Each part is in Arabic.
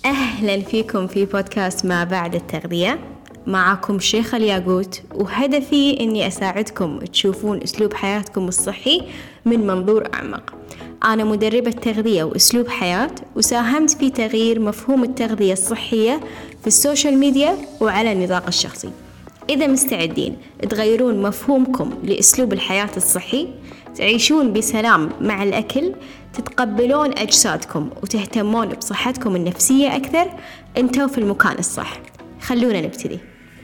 أهلا فيكم في بودكاست ما بعد التغذية. معكم شيخة الياقوت، وهدفي أني أساعدكم تشوفون أسلوب حياتكم الصحي من منظور أعمق. أنا مدربة تغذية وأسلوب حياة، وساهمت في تغيير مفهوم التغذية الصحية في السوشيال ميديا وعلى النطاق الشخصي. إذا مستعدين تغيرون مفهومكم لأسلوب الحياة الصحي، تعيشون بسلام مع الأكل، تتقبلون أجسادكم وتهتمون بصحتكم النفسية أكثر، أنتوا في المكان الصح. خلونا نبتدي.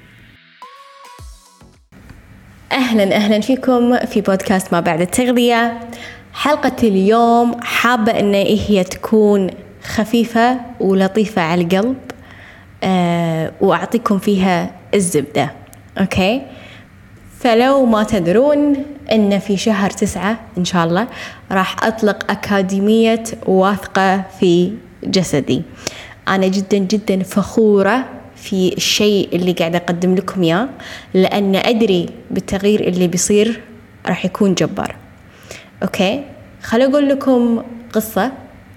أهلا فيكم في بودكاست ما بعد التغذية. حلقة اليوم حابة أن هي تكون خفيفة ولطيفة على القلب، وأعطيكم فيها الزبدة. أوكي، فلو ما تدرون أن في شهر 9 إن شاء الله راح أطلق أكاديمية واثقة في جسدي. أنا جدا فخورة في الشيء اللي قاعدة أقدم لكم إياه، لأن أدري بالتغيير اللي بيصير راح يكون جبار. أوكي، خلوا أقول لكم قصة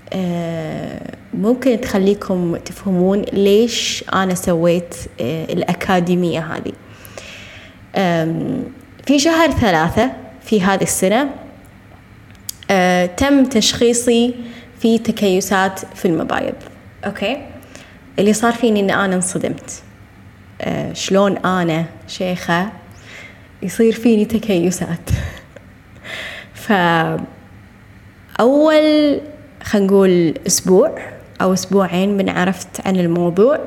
ممكن تخليكم تفهمون ليش أنا سويت الأكاديمية هذه. في شهر 3 في هذه السنة تم تشخيصي في تكيسات في المبايض. أوكي، اللي صار فيني إن أنا انصدمت. شلون أنا شيخة يصير فيني تكيسات؟ فأول خلينا نقول أسبوع أو أسبوعين من عرفت عن الموضوع،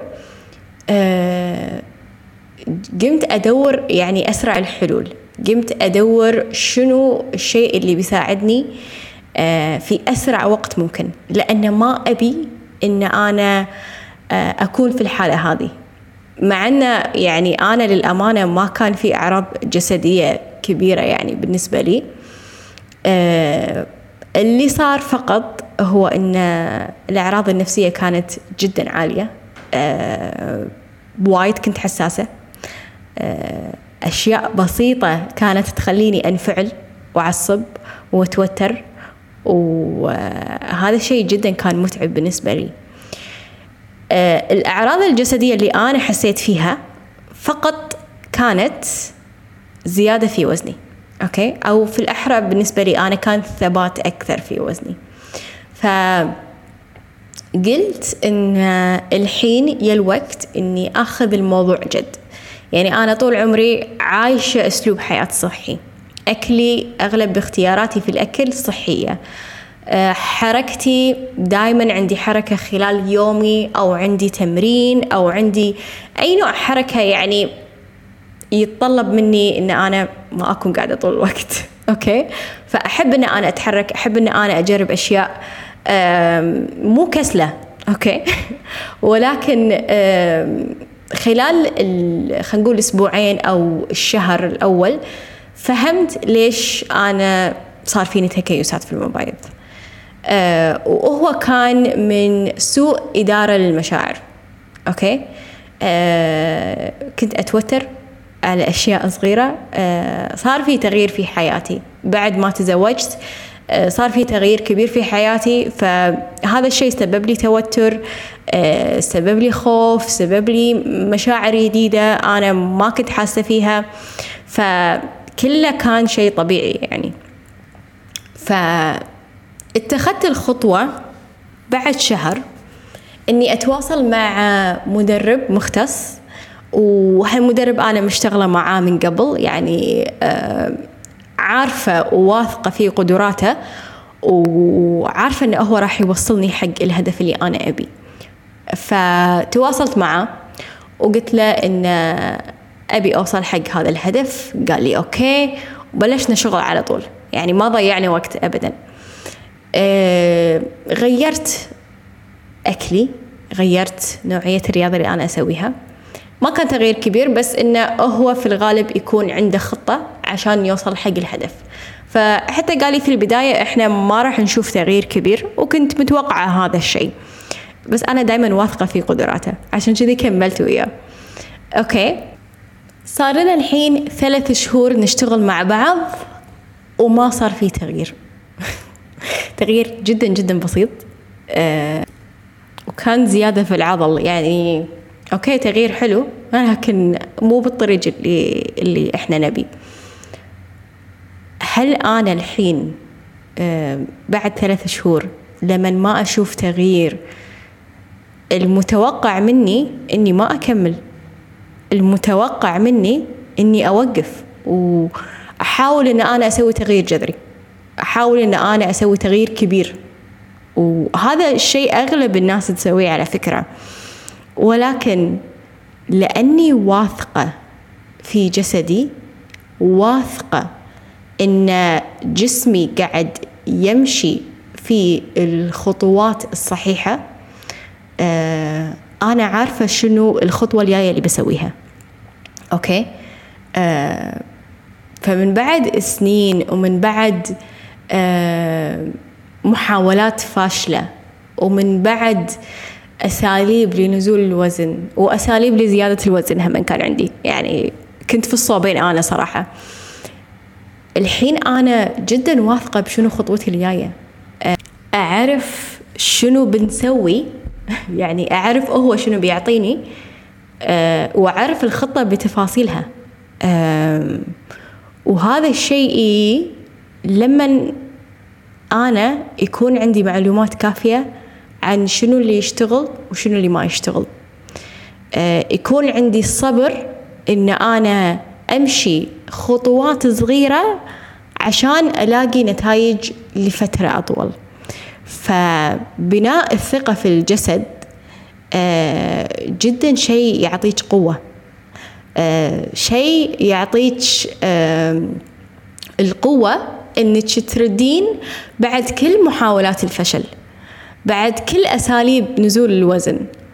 قمت أدور يعني أسرع الحلول. قمت أدور شنو الشيء اللي بيساعدني في أسرع وقت ممكن، لأن ما أبي إن أنا أكون في الحالة هذه. مع أن يعني أنا للأمانة ما كان في أعراض جسدية كبيرة يعني بالنسبة لي. اللي صار فقط هو أن الأعراض النفسية كانت جدا عالية، وايد كنت حساسة. أشياء بسيطة كانت تخليني أنفعل وأعصب وأتوتر، وهذا الشيء جدا كان متعب بالنسبة لي. الأعراض الجسدية اللي أنا حسيت فيها فقط كانت زيادة في وزني. أوكي، أو في الأحرى بالنسبة لي أنا كان ثبات أكثر في وزني. فقلت إن الحين يا الوقت إني أخذ الموضوع جد. يعني أنا طول عمري عايشة أسلوب حياة صحي، أكلي أغلب اختياراتي في الأكل صحية، حركتي دايما عندي حركة خلال يومي، أو عندي تمرين، أو عندي أي نوع حركة يعني يتطلب مني إن أنا ما أكون قاعدة طول الوقت. أوكي، فأحب إن أنا أتحرك، أحب إن أنا أجرب أشياء، مو كسلة. أوكي ولكن خلال خلينا نقول أسبوعين أو الشهر الأول فهمت ليش أنا صار فيني تكيسات في المبايض. وهو كان من سوء إدارة للمشاعر. أوكي، كنت أتوتر على أشياء صغيرة. صار في تغيير في حياتي بعد ما تزوجت، صار في تغيير كبير في حياتي، فهذا الشيء سبب لي توتر، سبب لي خوف، سبب لي مشاعر جديدة أنا ما كنت حاسة فيها، فكله كان شيء طبيعي يعني. فاتخذت الخطوة بعد شهر إني أتواصل مع مدرب مختص، وهالمدرب أنا مشتغلة معاه من قبل، يعني عارفة وواثقة في قدراته، وعارفة أنه هو راح يوصلني حق الهدف اللي أنا أبي. فتواصلت معه وقلت له إن أبي أوصل حق هذا الهدف. قال لي أوكي، وبلشنا شغل على طول، يعني ما ضيعني وقت أبدا. غيرت أكلي، غيرت نوعية الرياضة اللي أنا أسويها. ما كان تغيير كبير، بس إنه هو في الغالب يكون عنده خطة عشان يوصل حق الهدف. فحتى قال لي في البداية إحنا ما راح نشوف تغيير كبير، وكنت متوقعة هذا الشيء، بس أنا دايما واثقة في قدراته، عشان كذي كملت وياه. أوكي، صار لنا الحين 3 شهور نشتغل مع بعض وما صار فيه تغيير. تغيير جدا جدا بسيط. وكان زيادة في العضل. يعني أوكي تغيير حلو لكن مو بالطريق اللي إحنا نبي. هل أنا الحين بعد 3 شهور لما ما أشوف تغيير، المتوقع مني إني ما أكمل، المتوقع مني إني أوقف وأحاول إن أنا أسوي تغيير جذري، أحاول إن أنا أسوي تغيير كبير. وهذا الشيء أغلب الناس تسويه على فكرة. ولكن لأني واثقة في جسدي، واثقة إن جسمي قاعد يمشي في الخطوات الصحيحة، أنا عارفة شنو الخطوة الجاية اللي بسويها. أوكي. فمن بعد سنين ومن بعد محاولات فاشلة ومن بعد أساليب لنزول الوزن وأساليب لزيادة الوزن هم كان عندي، يعني كنت في الصوبين أنا صراحة. الحين أنا جدا واثقة بشنو خطوتي الجاية، أعرف شنو بنسوي، يعني أعرف هو شنو بيعطيني، وأعرف الخطة بتفاصيلها. وهذا الشيء لما أنا يكون عندي معلومات كافية عن شنو اللي يشتغل وشنو اللي ما يشتغل، يكون عندي الصبر إن أنا أمشي خطوات صغيرة عشان ألاقي نتائج لفترة أطول. فبناء الثقة في الجسد جدا شيء يعطيك قوة، شيء يعطيك القوة إنك تردين بعد كل محاولات الفشل، بعد كل أساليب نزول الوزن.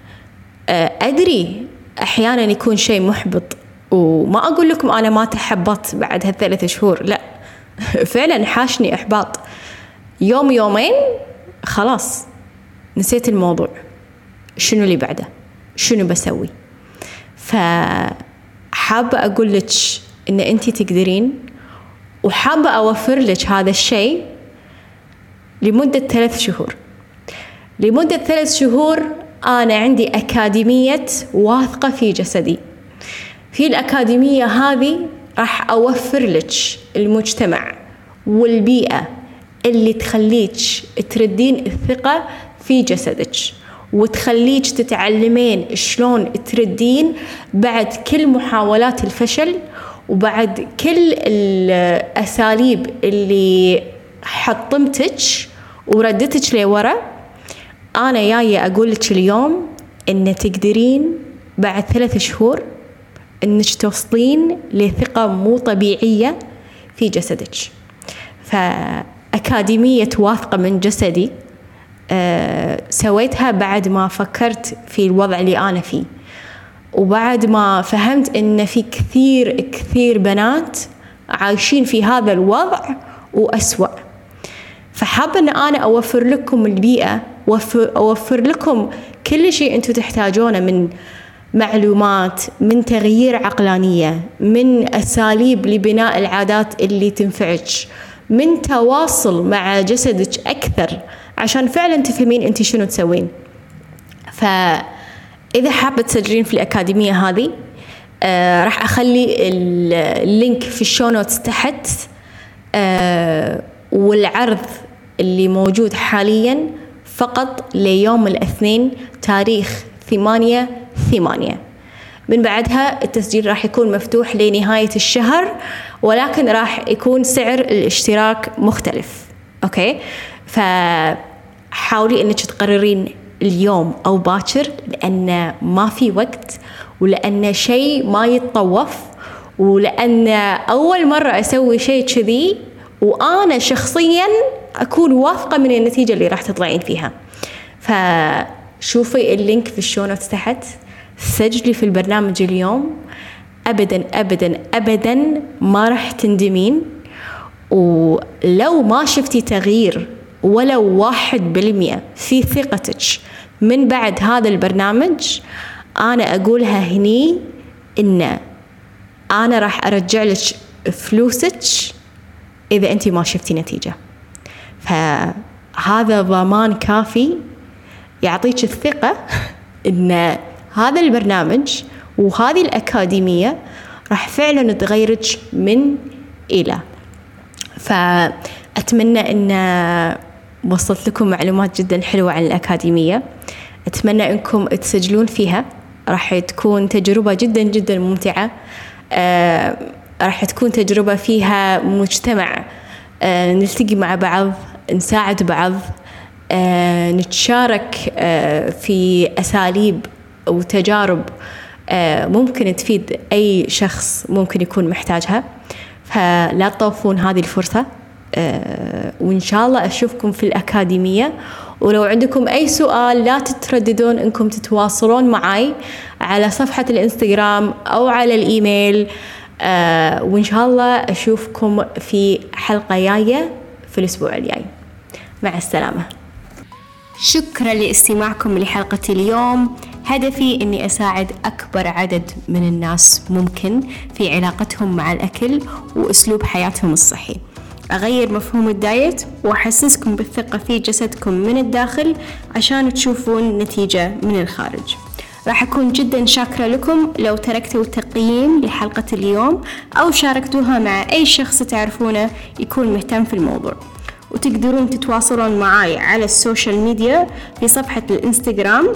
أدري أحيانا يكون شيء محبط، وما أقول لكم أنا ما تحبطت بعد ها3 شهور، لا فعلا حاشني إحباط، يوم يومين خلاص نسيت الموضوع، شنو اللي بعده، شنو بسوي. فحابة أقول لك إن أنتي تقدرين، وحابة أوفر لك هذا الشيء لمدة 3 شهور. لمدة 3 شهور أنا عندي أكاديمية واثقة في جسدي. في الأكاديمية هذه راح أوفر لك المجتمع والبيئة اللي تخليك تردين الثقة في جسدك، وتخليك تتعلمين شلون تردين بعد كل محاولات الفشل، وبعد كل الأساليب اللي حطمتك وردتك لورا. أنا جاية أقول لك اليوم إن تقدرين بعد 3 شهور إنك توصلين لثقة مو طبيعية في جسدك. فأكاديمية واثقة من جسدي سويتها بعد ما فكرت في الوضع اللي أنا فيه، وبعد ما فهمت إن في كثير بنات عايشين في هذا الوضع وأسوأ. فحابة أن أنا أوفر لكم البيئة، أوفر لكم كل شيء أنتم تحتاجونه من معلومات، من تغيير عقلانية، من أساليب لبناء العادات اللي تنفعك، من تواصل مع جسدك أكثر عشان فعلا تفهمين أنت شنو تسوين. فإذا حابة تسجلين في الأكاديمية هذه راح أخلي اللينك في الشو نوتس تحت، والعرض اللي موجود حاليا فقط ليوم الاثنين تاريخ 8/8. من بعدها التسجيل راح يكون مفتوح لنهاية الشهر، ولكن راح يكون سعر الاشتراك مختلف. أوكي، فحاولي أنك تقررين اليوم أو باكر، لأن ما في وقت، ولأن شيء ما يتطوف، ولأن أول مرة أسوي شيء كذي وأنا شخصيا أكون واثقة من النتيجة اللي راح تطلعين فيها. فشوفي اللينك في الشو نوتس تحت، سجلي في البرنامج اليوم. أبدا أبدا أبدا ما راح تندمين. ولو ما شفتي تغيير ولو 1% في ثقتك من بعد هذا البرنامج، أنا أقولها هني إن أنا راح أرجع لك فلوسك إذا أنت ما شفتي نتيجة. فهذا ضمان كافي يعطيك الثقة إن هذا البرنامج وهذه الأكاديمية راح فعلا تغيرك من إلى. فأتمنى أن وصلت لكم معلومات جدا حلوة عن الأكاديمية. أتمنى أنكم تسجلون فيها، راح تكون تجربة جدا جدا ممتعة. راح تكون تجربة فيها مجتمع، نلتقي مع بعض، نساعد بعض، نتشارك في أساليب وتجارب ممكن تفيد أي شخص ممكن يكون محتاجها. فلا تطوفون هذه الفرصة، وإن شاء الله أشوفكم في الأكاديمية. ولو عندكم أي سؤال لا تترددون أنكم تتواصلون معي على صفحة الإنستغرام أو على الإيميل. وإن شاء الله أشوفكم في حلقة جاية في الأسبوع الجاي. مع السلامة. شكرا لاستماعكم لحلقة اليوم. هدفي أني أساعد أكبر عدد من الناس ممكن في علاقتهم مع الأكل وأسلوب حياتهم الصحي. أغير مفهوم الدايت وأحسسكم بالثقة في جسدكم من الداخل عشان تشوفون نتيجة من الخارج. راح أكون جدا شاكرة لكم لو تركتوا تقييم لحلقة اليوم أو شاركتوها مع أي شخص تعرفونه يكون مهتم في الموضوع. وتقدرون تتواصلون معي على السوشيال ميديا في صفحة الإنستغرام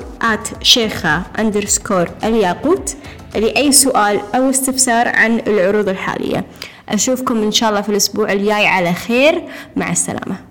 @شيخة_الياقوت لأي سؤال أو استفسار عن العروض الحالية. أشوفكم إن شاء الله في الأسبوع الجاي على خير. مع السلامة.